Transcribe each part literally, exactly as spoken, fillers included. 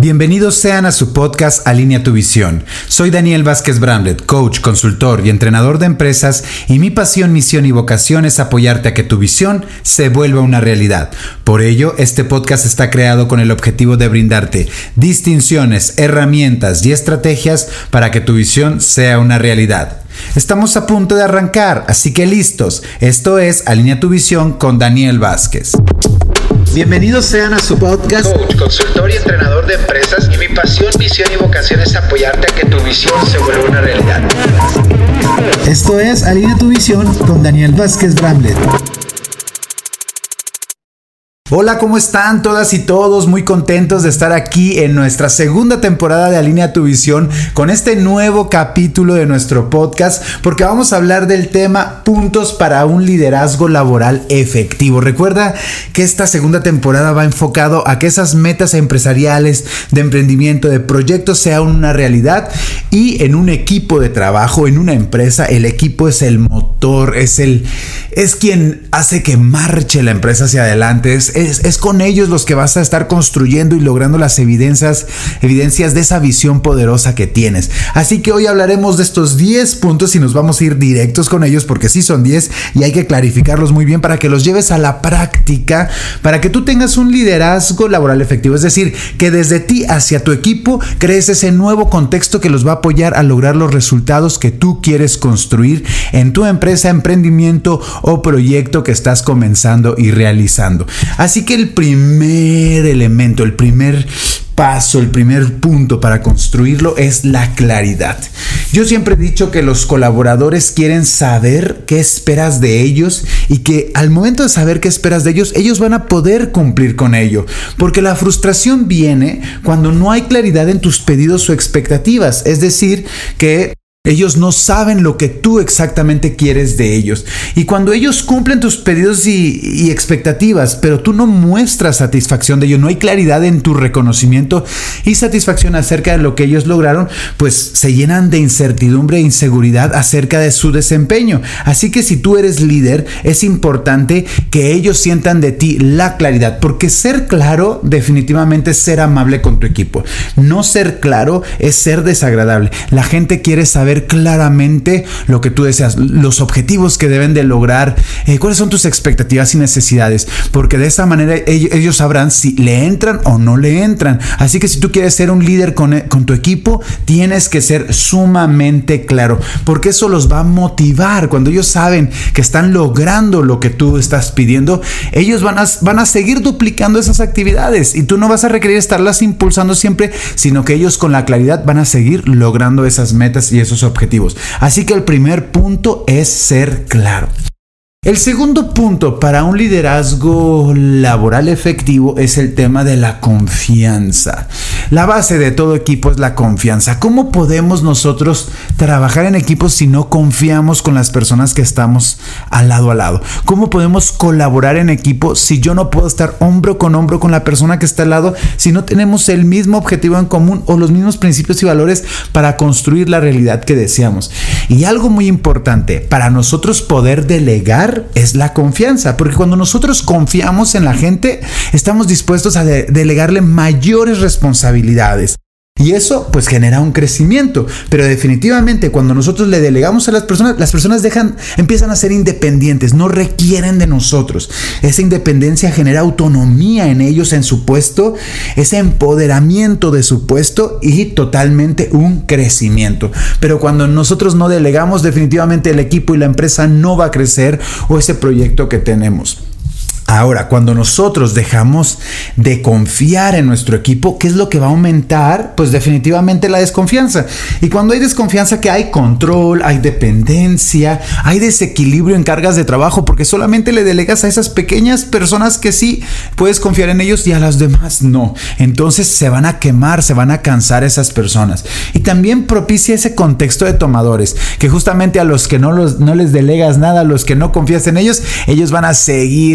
Bienvenidos sean a su podcast Alinea tu Visión. Soy Daniel Vázquez Bramlett, coach, consultor y entrenador de empresas, y mi pasión, misión y vocación es apoyarte a que tu visión se vuelva una realidad. Por ello, este podcast está creado con el objetivo de brindarte distinciones, herramientas y estrategias para que tu visión sea una realidad. Estamos a punto de arrancar, así que listos. Esto es Alinea tu Visión con Daniel Vázquez. Bienvenidos sean a su podcast Coach, consultor y entrenador de empresas, y mi pasión, misión y vocación es apoyarte a que tu visión se vuelva una realidad. Esto es Alinea tu Visión con Daniel Vázquez Bramlett. Hola, ¿cómo están todas y todos? Muy contentos de estar aquí en nuestra segunda temporada de Alinea tu Visión con este nuevo capítulo de nuestro podcast, porque vamos a hablar del tema puntos para un liderazgo laboral efectivo. Recuerda que esta segunda temporada va enfocado a que esas metas empresariales, de emprendimiento, de proyectos sean una realidad, y en un equipo de trabajo, en una empresa, el equipo es el motor, es el es quien hace que marche la empresa hacia adelante. Es Es, es con ellos los que vas a estar construyendo y logrando las evidencias, evidencias de esa visión poderosa que tienes. Así que hoy hablaremos de estos diez puntos y nos vamos a ir directos con ellos, porque sí son diez y hay que clarificarlos muy bien para que los lleves a la práctica, para que tú tengas un liderazgo laboral efectivo. Es decir, que desde ti hacia tu equipo crees ese nuevo contexto que los va a apoyar a lograr los resultados que tú quieres construir en tu empresa, emprendimiento o proyecto que estás comenzando y realizando. Así Así que el primer elemento, el primer paso, el primer punto para construirlo es la claridad. Yo siempre he dicho que los colaboradores quieren saber qué esperas de ellos, y que al momento de saber qué esperas de ellos, ellos van a poder cumplir con ello. Porque la frustración viene cuando no hay claridad en tus pedidos o expectativas. Es decir, que ellos no saben lo que tú exactamente quieres de ellos. Y cuando ellos cumplen tus pedidos y, y expectativas, pero tú no muestras satisfacción de ello, no hay claridad en tu reconocimiento y satisfacción acerca de lo que ellos lograron, pues se llenan de incertidumbre e inseguridad acerca de su desempeño. Así que si tú eres líder, es importante que ellos sientan de ti la claridad, porque ser claro definitivamente es ser amable con tu equipo. No ser claro es ser desagradable. La gente quiere saber claramente lo que tú deseas, los objetivos que deben de lograr, eh, cuáles son tus expectativas y necesidades, porque de esa manera ellos, ellos sabrán si le entran o no le entran. Así que si tú quieres ser un líder con, con tu equipo, tienes que ser sumamente claro, porque eso los va a motivar. Cuando ellos saben que están logrando lo que tú estás pidiendo, ellos van a, van a seguir duplicando esas actividades, y tú no vas a requerir estarlas impulsando siempre, sino que ellos con la claridad van a seguir logrando esas metas y esos objetivos. Así que el primer punto es ser claro. El segundo punto para un liderazgo laboral efectivo es el tema de la confianza. La base de todo equipo es la confianza. ¿Cómo podemos nosotros trabajar en equipo si no confiamos con las personas que estamos al lado a lado? ¿Cómo podemos colaborar en equipo si yo no puedo estar hombro con hombro con la persona que está al lado, si no tenemos el mismo objetivo en común o los mismos principios y valores para construir la realidad que deseamos? Y algo muy importante para nosotros poder delegar es la confianza, porque cuando nosotros confiamos en la gente, estamos dispuestos a de- delegarle mayores responsabilidades. Y eso pues genera un crecimiento. Pero definitivamente cuando nosotros le delegamos a las personas, las personas dejan, empiezan a ser independientes, no requieren de nosotros. Esa independencia genera autonomía en ellos, en su puesto, ese empoderamiento de su puesto y totalmente un crecimiento. Pero cuando nosotros no delegamos, definitivamente el equipo y la empresa no va a crecer, o ese proyecto que tenemos. Ahora, cuando nosotros dejamos de confiar en nuestro equipo, ¿qué es lo que va a aumentar? Pues definitivamente la desconfianza. Y cuando hay desconfianza, que hay control, hay dependencia, hay desequilibrio en cargas de trabajo, porque solamente le delegas a esas pequeñas personas que sí puedes confiar en ellos y a las demás no. Entonces se van a quemar, se van a cansar esas personas. Y también propicia ese contexto de tomadores, que justamente a los que no, los, no les delegas nada, a los que no confías en ellos, ellos van a seguir también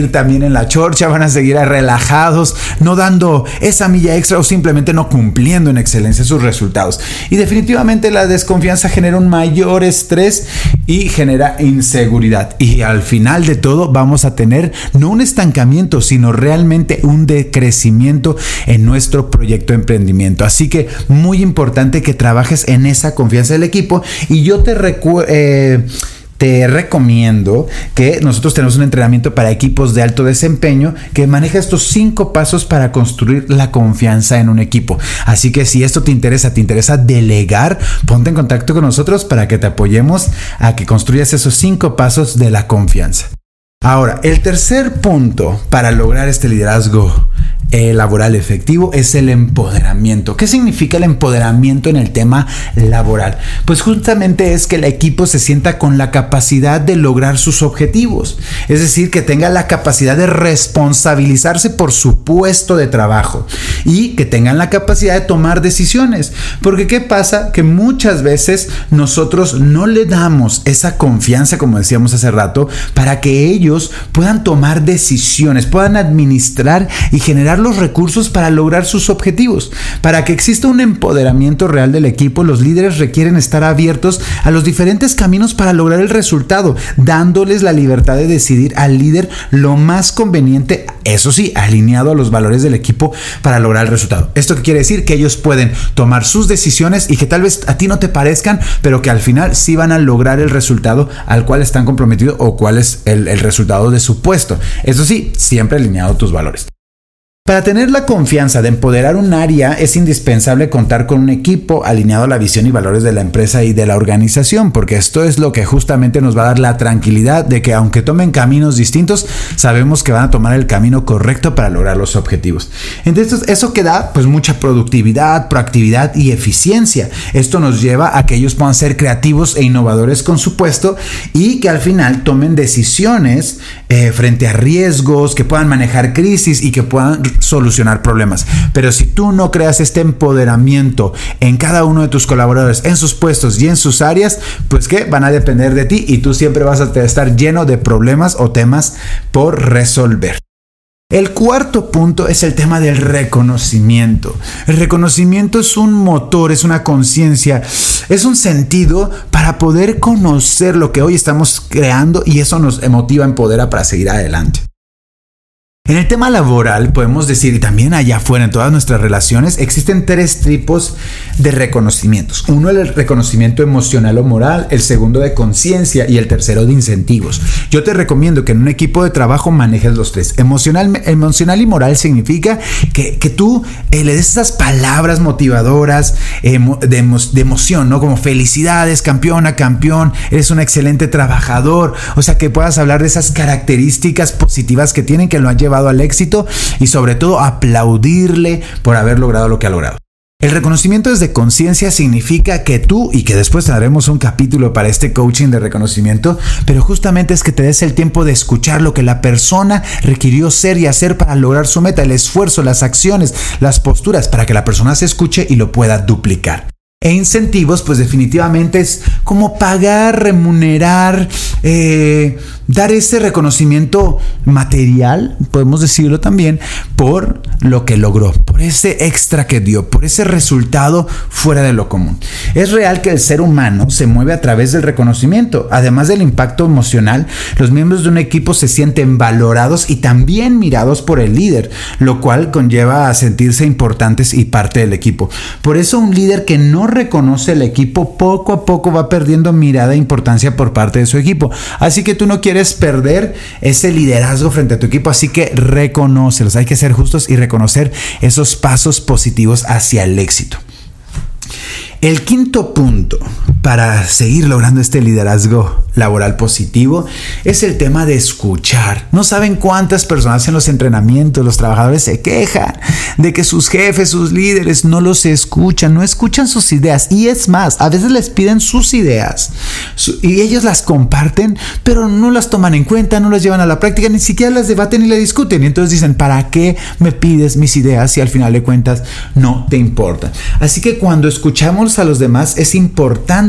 en la chorcha, van a seguir relajados, no dando esa milla extra o simplemente no cumpliendo en excelencia sus resultados. Y definitivamente la desconfianza genera un mayor estrés y genera inseguridad. Y al final de todo vamos a tener no un estancamiento, sino realmente un decrecimiento en nuestro proyecto de emprendimiento. Así que muy importante que trabajes en esa confianza del equipo. Y yo te recuerdo... Eh, Te recomiendo que nosotros tenemos un entrenamiento para equipos de alto desempeño que maneja estos cinco pasos para construir la confianza en un equipo. Así que si esto te interesa, te interesa delegar, ponte en contacto con nosotros para que te apoyemos a que construyas esos cinco pasos de la confianza. Ahora, el tercer punto para lograr este liderazgo eh, laboral efectivo es el empoderamiento. ¿Qué significa el empoderamiento en el tema laboral? Pues justamente es que el equipo se sienta con la capacidad de lograr sus objetivos. Es decir, que tenga la capacidad de responsabilizarse por su puesto de trabajo y que tengan la capacidad de tomar decisiones. Porque ¿qué pasa? Que muchas veces nosotros no le damos esa confianza, como decíamos hace rato, para que ellos puedan tomar decisiones, puedan administrar y generar los recursos para lograr sus objetivos. Para que exista un empoderamiento real del equipo, los líderes requieren estar abiertos a los diferentes caminos para lograr el resultado, dándoles la libertad de decidir al líder lo más conveniente, eso sí, alineado a los valores del equipo para lograr el resultado. ¿Esto qué quiere decir? Que ellos pueden tomar sus decisiones y que tal vez a ti no te parezcan, pero que al final sí van a lograr el resultado al cual están comprometidos o cuál es el, el resultado de su puesto. Eso sí, siempre alineado a tus valores. Para tener la confianza de empoderar un área es indispensable contar con un equipo alineado a la visión y valores de la empresa y de la organización, porque esto es lo que justamente nos va a dar la tranquilidad de que aunque tomen caminos distintos, sabemos que van a tomar el camino correcto para lograr los objetivos. Entonces eso que da pues mucha productividad, proactividad y eficiencia. Esto nos lleva a que ellos puedan ser creativos e innovadores con su puesto y que al final tomen decisiones eh, frente a riesgos, que puedan manejar crisis y que puedan solucionar problemas. Pero si tú no creas este empoderamiento en cada uno de tus colaboradores, en sus puestos y en sus áreas, pues que van a depender de ti y tú siempre vas a estar lleno de problemas o temas por resolver. El cuarto punto es el tema del reconocimiento. El reconocimiento es un motor, es una conciencia, es un sentido para poder conocer lo que hoy estamos creando y eso nos motiva, empodera para seguir adelante. En el tema laboral podemos decir, y también allá afuera en todas nuestras relaciones, existen tres tipos de reconocimientos. Uno es el reconocimiento emocional o moral, el segundo de conciencia y el tercero de incentivos. Yo te recomiendo que en un equipo de trabajo manejes los tres. Emocional, emocional y moral significa que, que tú eh, le des esas palabras motivadoras eh, de, emo, de emoción, ¿no? Como felicidades, campeona, campeón, eres un excelente trabajador. O sea, que puedas hablar de esas características positivas que tienen, que lo han llevado al éxito y sobre todo aplaudirle por haber logrado lo que ha logrado. El reconocimiento desde conciencia significa que tú, y que después tendremos un capítulo para este coaching de reconocimiento, pero justamente es que te des el tiempo de escuchar lo que la persona requirió ser y hacer para lograr su meta, el esfuerzo, las acciones, las posturas, para que la persona se escuche y lo pueda duplicar. E incentivos, pues definitivamente es como pagar, remunerar, eh, dar ese reconocimiento material, podemos decirlo también, por lo que logró, por ese extra que dio, por ese resultado fuera de lo común. Es real que el ser humano se mueve a través del reconocimiento. Además del impacto emocional, los miembros de un equipo se sienten valorados y también mirados por el líder, lo cual conlleva a sentirse importantes y parte del equipo. Por eso un líder que no reconoce el equipo poco a poco va perdiendo mirada e importancia por parte de su equipo. Así que tú no quieres perder ese liderazgo frente a tu equipo, así que reconócelos. Hay que ser justos y reconocer esos pasos positivos hacia el éxito. El quinto punto para seguir logrando este liderazgo laboral positivo es el tema de escuchar. No saben cuántas personas en los entrenamientos, los trabajadores se quejan de que sus jefes, sus líderes no los escuchan, no escuchan sus ideas. Y es más, a veces les piden sus ideas y ellos las comparten, pero no las toman en cuenta, no las llevan a la práctica, ni siquiera las debaten ni le discuten. Y entonces dicen, ¿para qué me pides mis ideas si al final de cuentas no te importan? Así que cuando escuchamos a los demás es importante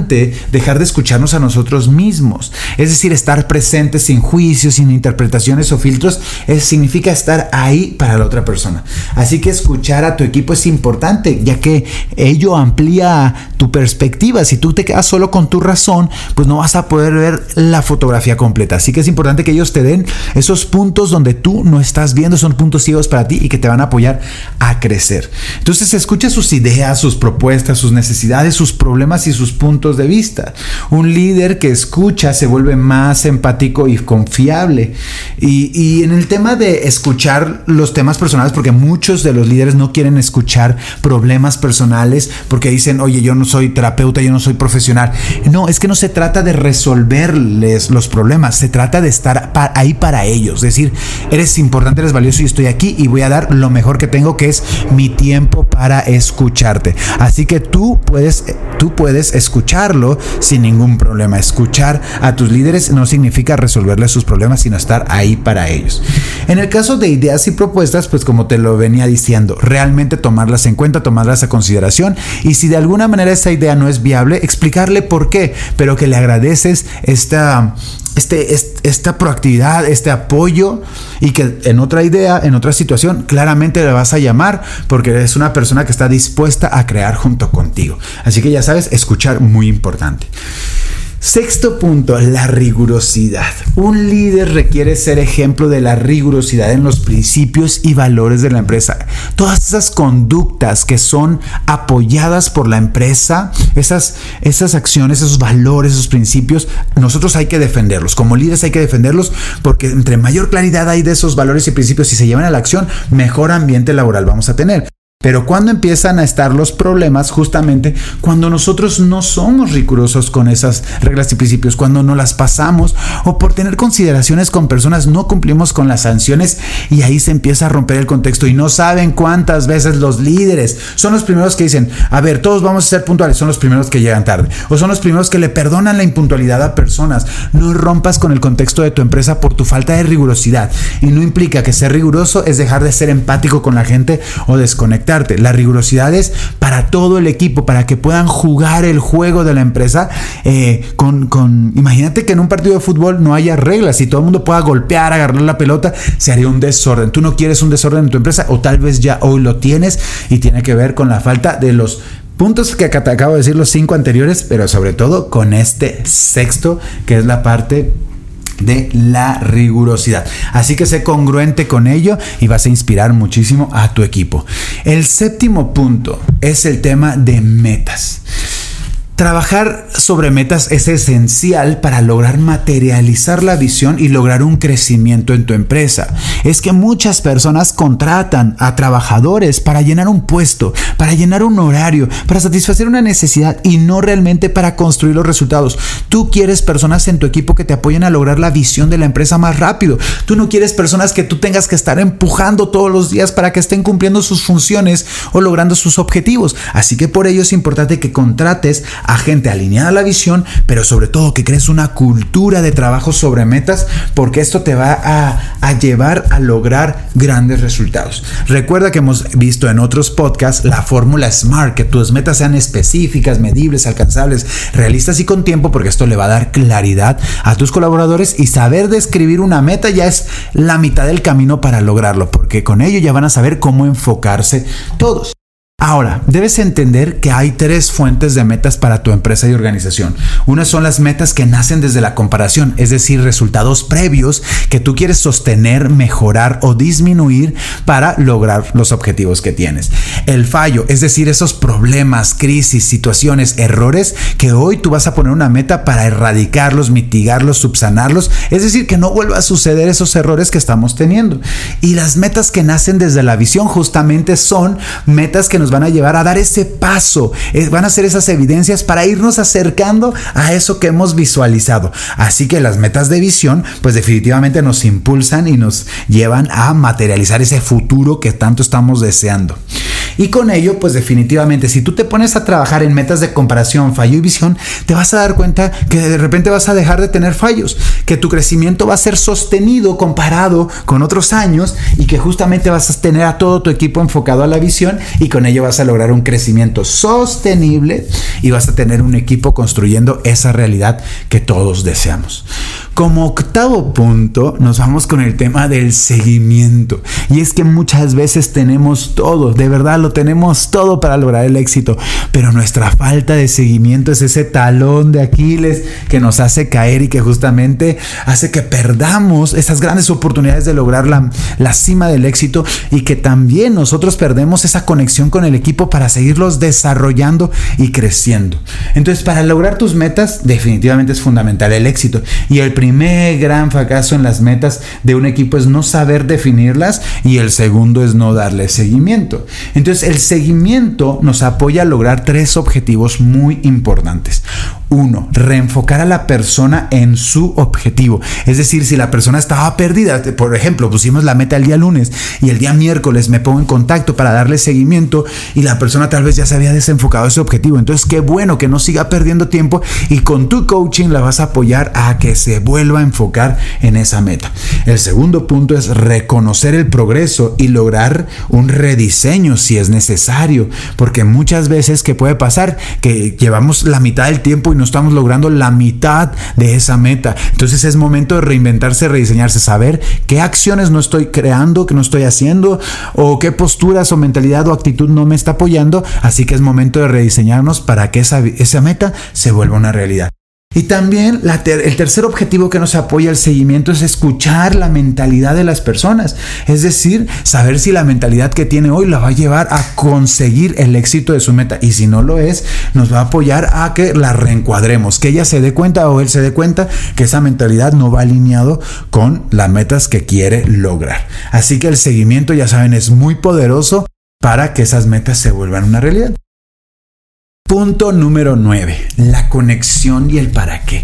importante dejar de escucharnos a nosotros mismos. Es decir, estar presentes sin juicios, sin interpretaciones o filtros, es, significa estar ahí para la otra persona. Así que escuchar a tu equipo es importante, ya que ello amplía tu perspectiva. Si tú te quedas solo con tu razón, pues no vas a poder ver la fotografía completa. Así que es importante que ellos te den esos puntos donde tú no estás viendo, son puntos ciegos para ti y que te van a apoyar a crecer. Entonces escucha sus ideas, sus propuestas, sus necesidades, sus problemas y sus puntos de vista. Un líder que escucha se vuelve más empático y confiable. Y, y en el tema de escuchar los temas personales, porque muchos de los líderes no quieren escuchar problemas personales porque dicen, oye, yo no soy terapeuta, yo no soy profesional. No, es que no se trata de resolverles los problemas, se trata de estar pa- ahí para ellos. Es decir, eres importante, eres valioso y estoy aquí y voy a dar lo mejor que tengo, que es mi tiempo para escucharte. Así que tú puedes, tú puedes escucharlo sin ningún problema. Escuchar a tus líderes no significa resolverles sus problemas, sino estar ahí para ellos. En el caso de ideas y propuestas, pues como te lo venía diciendo, realmente tomarlas en cuenta, tomarlas a consideración, y si de alguna manera esa idea no es viable, explicarle por qué, pero que le agradeces esta, este, este, esta proactividad, este apoyo, y que en otra idea, en otra situación, claramente le vas a llamar porque eres una persona que está dispuesta a crear junto contigo. Así que ya sabes, escuchar, muy importante. Sexto punto, la rigurosidad. Un líder requiere ser ejemplo de la rigurosidad en los principios y valores de la empresa. Todas esas conductas que son apoyadas por la empresa, esas, esas acciones, esos valores, esos principios, nosotros hay que defenderlos. Como líderes hay que defenderlos porque entre mayor claridad hay de esos valores y principios y se llevan a la acción, mejor ambiente laboral vamos a tener. Pero cuando empiezan a estar los problemas, justamente cuando nosotros no somos rigurosos con esas reglas y principios, cuando no las pasamos o por tener consideraciones con personas no cumplimos con las sanciones, y ahí se empieza a romper el contexto. Y no saben cuántas veces los líderes son los primeros que dicen, a ver, todos vamos a ser puntuales, son los primeros que llegan tarde, o son los primeros que le perdonan la impuntualidad a personas. No rompas con el contexto de tu empresa por tu falta de rigurosidad, y no implica que ser riguroso es dejar de ser empático con la gente o desconectar. La rigurosidad es para todo el equipo, para que puedan jugar el juego de la empresa. Eh, con, con, imagínate que en un partido de fútbol no haya reglas y todo el mundo pueda golpear, agarrar la pelota, se haría un desorden. Tú no quieres un desorden en tu empresa, o tal vez ya hoy lo tienes, y tiene que ver con la falta de los puntos que te acabo de decir, los cinco anteriores, pero sobre todo con este sexto, que es la parte de la rigurosidad. Así que sé congruente con ello y vas a inspirar muchísimo a tu equipo. El séptimo punto es el tema de metas. Trabajar sobre metas es esencial para lograr materializar la visión y lograr un crecimiento en tu empresa. Es que muchas personas contratan a trabajadores para llenar un puesto, para llenar un horario, para satisfacer una necesidad y no realmente para construir los resultados. Tú quieres personas en tu equipo que te apoyen a lograr la visión de la empresa más rápido. Tú no quieres personas que tú tengas que estar empujando todos los días para que estén cumpliendo sus funciones o logrando sus objetivos. Así que por ello es importante que contrates a gente alineada a la visión, pero sobre todo que crees una cultura de trabajo sobre metas, porque esto te va a, a llevar a lograr grandes resultados. Recuerda que hemos visto en otros podcasts la fórmula SMART, que tus metas sean específicas, medibles, alcanzables, realistas y con tiempo, porque esto le va a dar claridad a tus colaboradores, y saber describir una meta ya es la mitad del camino para lograrlo, porque con ello ya van a saber cómo enfocarse todos. Ahora, debes entender que hay tres fuentes de metas para tu empresa y organización. Unas son las metas que nacen desde la comparación, es decir, resultados previos que tú quieres sostener, mejorar o disminuir para lograr los objetivos que tienes. El fallo, es decir, esos problemas, crisis, situaciones, errores que hoy tú vas a poner una meta para erradicarlos, mitigarlos, subsanarlos, es decir, que no vuelva a suceder esos errores que estamos teniendo. Y las metas que nacen desde la visión justamente son metas que nos van a llevar a dar ese paso, eh, van a ser esas evidencias para irnos acercando a eso que hemos visualizado. Así que las metas de visión pues definitivamente nos impulsan y nos llevan a materializar ese futuro que tanto estamos deseando. Y con ello, pues definitivamente, si tú te pones a trabajar en metas de comparación, fallo y visión, te vas a dar cuenta que de repente vas a dejar de tener fallos, que tu crecimiento va a ser sostenido comparado con otros años y que justamente vas a tener a todo tu equipo enfocado a la visión y con ello vas a lograr un crecimiento sostenible y vas a tener un equipo construyendo esa realidad que todos deseamos. Como octavo punto, nos vamos con el tema del seguimiento. Y es que muchas veces tenemos todo, de verdad lo tenemos todo para lograr el éxito, pero nuestra falta de seguimiento es ese talón de Aquiles que nos hace caer y que justamente hace que perdamos esas grandes oportunidades de lograr la, la cima del éxito y que también nosotros perdemos esa conexión con el equipo para seguirlos desarrollando y creciendo. Entonces, para lograr tus metas, definitivamente es fundamental el éxito. Y el primer gran fracaso en las metas de un equipo es no saber definirlas y el segundo es no darle seguimiento. Entonces, el seguimiento nos apoya a lograr tres objetivos muy importantes. Uno, reenfocar a la persona en su objetivo. Es decir, si la persona estaba perdida, por ejemplo, pusimos la meta el día lunes y el día miércoles me pongo en contacto para darle seguimiento y la persona tal vez ya se había desenfocado de ese objetivo. Entonces, qué bueno que no siga perdiendo tiempo y con tu coaching la vas a apoyar a que se vuelva a enfocar en esa meta. El segundo punto es reconocer el progreso y lograr un rediseño si es necesario, porque muchas veces ¿qué puede pasar? Que llevamos la mitad del tiempo y no estamos logrando la mitad de esa meta. Entonces es momento de reinventarse, rediseñarse, saber qué acciones no estoy creando, qué no estoy haciendo o qué posturas o mentalidad o actitud no me está apoyando. Así que es momento de rediseñarnos para que esa, esa meta se vuelva una realidad. Y también la ter- el tercer objetivo que nos apoya el seguimiento es escuchar la mentalidad de las personas. Es decir, saber si la mentalidad que tiene hoy la va a llevar a conseguir el éxito de su meta. Y si no lo es, nos va a apoyar a que la reencuadremos, que ella se dé cuenta o él se dé cuenta que esa mentalidad no va alineado con las metas que quiere lograr. Así que el seguimiento, ya saben, es muy poderoso para que esas metas se vuelvan una realidad. Punto número nueve. La conexión y el para qué.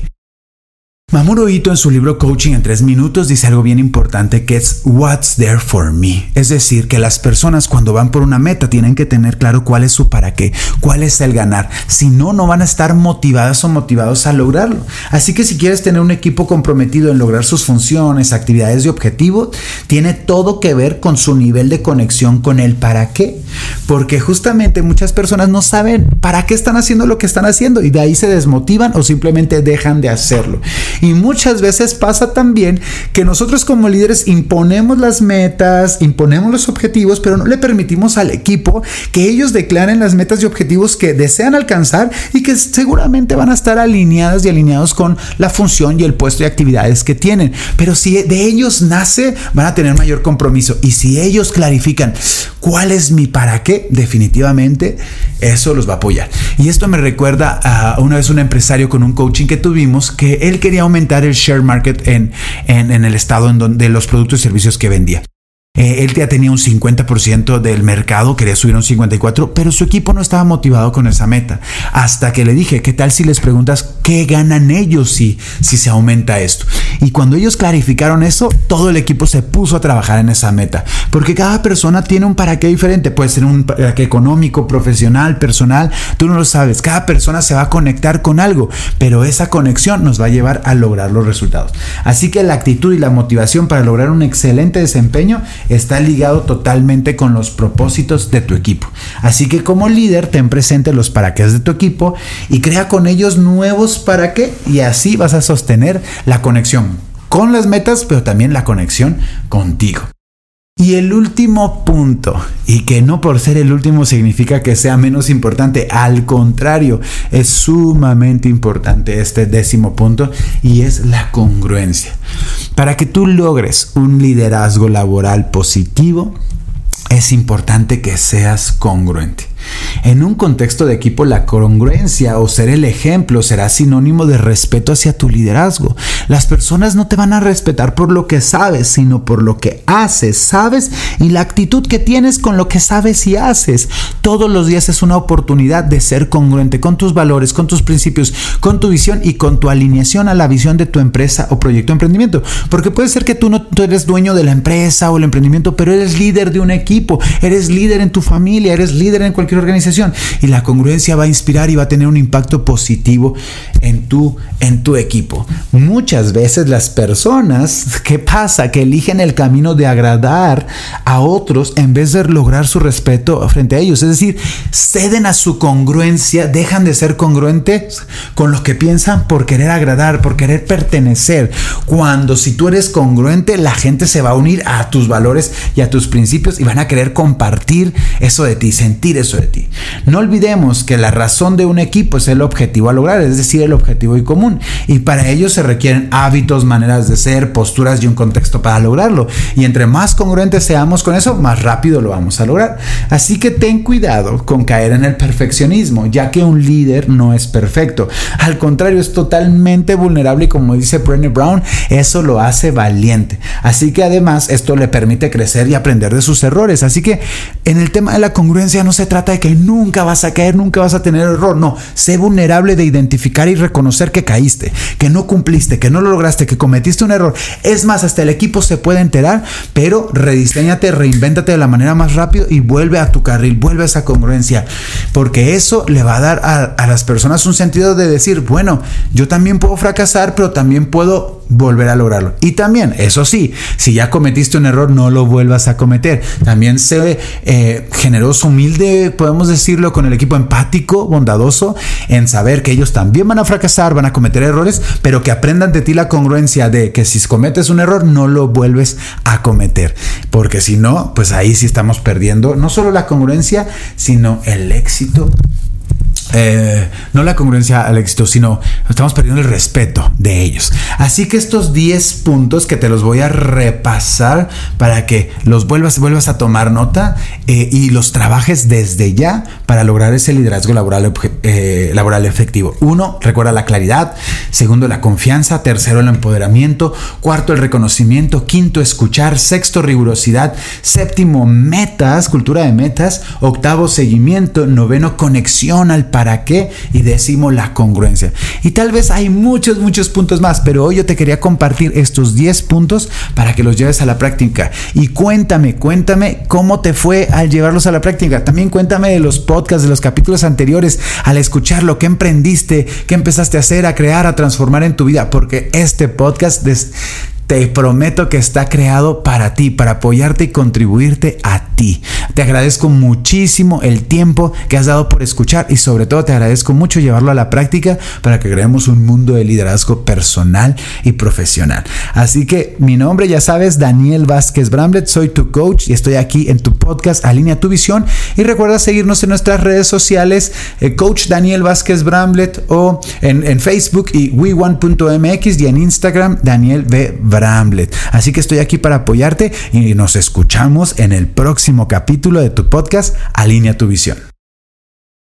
Mamoru Ito en su libro Coaching en tres minutos dice algo bien importante que es What's there for me. Es decir, que las personas cuando van por una meta tienen que tener claro cuál es su para qué, cuál es el ganar. Si no, no van a estar motivadas o motivados a lograrlo. Así que si quieres tener un equipo comprometido en lograr sus funciones, actividades y objetivos, tiene todo que ver con su nivel de conexión con el para qué. Porque justamente muchas personas no saben para qué están haciendo lo que están haciendo y de ahí se desmotivan o simplemente dejan de hacerlo. Y muchas veces pasa también que nosotros como líderes imponemos las metas, imponemos los objetivos, pero no le permitimos al equipo que ellos declaren las metas y objetivos que desean alcanzar y que seguramente van a estar alineadas y alineados con la función y el puesto y actividades que tienen. Pero si de ellos nace, van a tener mayor compromiso. Y si ellos clarifican cuál es mi para qué, definitivamente eso los va a apoyar. Y esto me recuerda a una vez un empresario con un coaching que tuvimos que él quería aumentar el share market en, en, en el estado en donde los productos y servicios que vendía. Eh, él ya tenía un cincuenta por ciento del mercado, quería subir un cincuenta y cuatro por ciento, pero su equipo no estaba motivado con esa meta. Hasta que le dije, ¿qué tal si les preguntas qué ganan ellos si, si se aumenta esto? Y cuando ellos clarificaron eso, todo el equipo se puso a trabajar en esa meta. Porque cada persona tiene un para qué diferente. Puede ser un para qué económico, profesional, personal. Tú no lo sabes. Cada persona se va a conectar con algo, pero esa conexión nos va a llevar a lograr los resultados. Así que la actitud y la motivación para lograr un excelente desempeño está ligado totalmente con los propósitos de tu equipo. Así que como líder, ten presente los para qué de tu equipo y crea con ellos nuevos para qué, y así vas a sostener la conexión con las metas, pero también la conexión contigo. Y el último punto, y que no por ser el último significa que sea menos importante, al contrario, es sumamente importante este décimo punto, y es la congruencia. Para que tú logres un liderazgo laboral positivo, es importante que seas congruente. En un contexto de equipo, la congruencia o ser el ejemplo será sinónimo de respeto hacia tu liderazgo. Las personas no te van a respetar por lo que sabes, sino por lo que haces, sabes, y la actitud que tienes con lo que sabes y haces. Todos los días es una oportunidad de ser congruente con tus valores, con tus principios, con tu visión y con tu alineación a la visión de tu empresa o proyecto de emprendimiento. Porque puede ser que tú no tú eres dueño de la empresa o el emprendimiento, pero eres líder de un equipo, eres líder en tu familia, eres líder en cualquier organización, y la congruencia va a inspirar y va a tener un impacto positivo en tu, en tu equipo. Muchas veces las personas, ¿qué pasa? Que eligen el camino de agradar a otros en vez de lograr su respeto frente a ellos. Es decir, ceden a su congruencia, dejan de ser congruentes con lo que piensan por querer agradar, por querer pertenecer. Cuando si tú eres congruente, la gente se va a unir a tus valores y a tus principios y van a querer compartir eso de ti, sentir eso de ti. No olvidemos que la razón de un equipo es el objetivo a lograr, es decir, el objetivo en común. Y para ello se requieren hábitos, maneras de ser, posturas y un contexto para lograrlo. Y entre más congruentes seamos con eso, más rápido lo vamos a lograr. Así que ten cuidado con caer en el perfeccionismo, ya que un líder no es perfecto. Al contrario, es totalmente vulnerable y, como dice Brené Brown, eso lo hace valiente. Así que además esto le permite crecer y aprender de sus errores. Así que en el tema de la congruencia no se trata de que nunca vas a caer, nunca vas a tener error. No, sé vulnerable de identificar y reconocer que caíste, que no cumpliste, que no lo lograste, que cometiste un error. Es más, hasta el equipo se puede enterar, pero rediseñate, reinvéntate de la manera más rápido y vuelve a tu carril, vuelve a esa congruencia, porque eso le va a dar a, a las personas un sentido de decir, bueno, yo también puedo fracasar, pero también puedo volver a lograrlo. Y también, eso sí, si ya cometiste un error, no lo vuelvas a cometer. También sé eh, generoso, humilde, podemos decirlo, con el equipo, empático, bondadoso, en saber que ellos también van a fracasar, van a cometer errores, pero que aprendan de ti la congruencia de que si cometes un error, no lo vuelves a cometer. Porque si no, pues ahí sí estamos perdiendo no solo la congruencia, sino el éxito. Eh, no la congruencia al éxito, sino estamos perdiendo el respeto de ellos. Así que estos diez puntos que te los voy a repasar para que los vuelvas, vuelvas a tomar nota eh, y los trabajes desde ya para lograr ese liderazgo laboral, eh, laboral efectivo. Uno, recuerda la claridad. Segundo, la confianza. Tercero, el empoderamiento. Cuarto, el reconocimiento. Quinto, escuchar. Sexto, rigurosidad. Séptimo, metas, cultura de metas. Octavo, seguimiento. Noveno, conexión al país. ¿Para qué? Y décimo, la congruencia. Y tal vez hay muchos, muchos puntos más, pero hoy yo te quería compartir estos diez puntos para que los lleves a la práctica. Y cuéntame, cuéntame cómo te fue al llevarlos a la práctica. También cuéntame de los podcasts, de los capítulos anteriores, al escucharlo, qué emprendiste, qué empezaste a hacer, a crear, a transformar en tu vida, porque este podcast des- te prometo que está creado para ti, para apoyarte y contribuirte a ti. Te agradezco muchísimo el tiempo que has dado por escuchar y sobre todo te agradezco mucho llevarlo a la práctica para que creemos un mundo de liderazgo personal y profesional. Así que mi nombre, ya sabes, Daniel Vázquez Bramlett, soy tu coach y estoy aquí en tu podcast Alinea tu Visión. Y recuerda seguirnos en nuestras redes sociales, eh, Coach Daniel Vázquez Bramlett, o en, en Facebook y we one punto m x, y en Instagram Daniel V. Bramlett. Así que estoy aquí para apoyarte y nos escuchamos en el próximo capítulo de tu podcast Alinea tu Visión.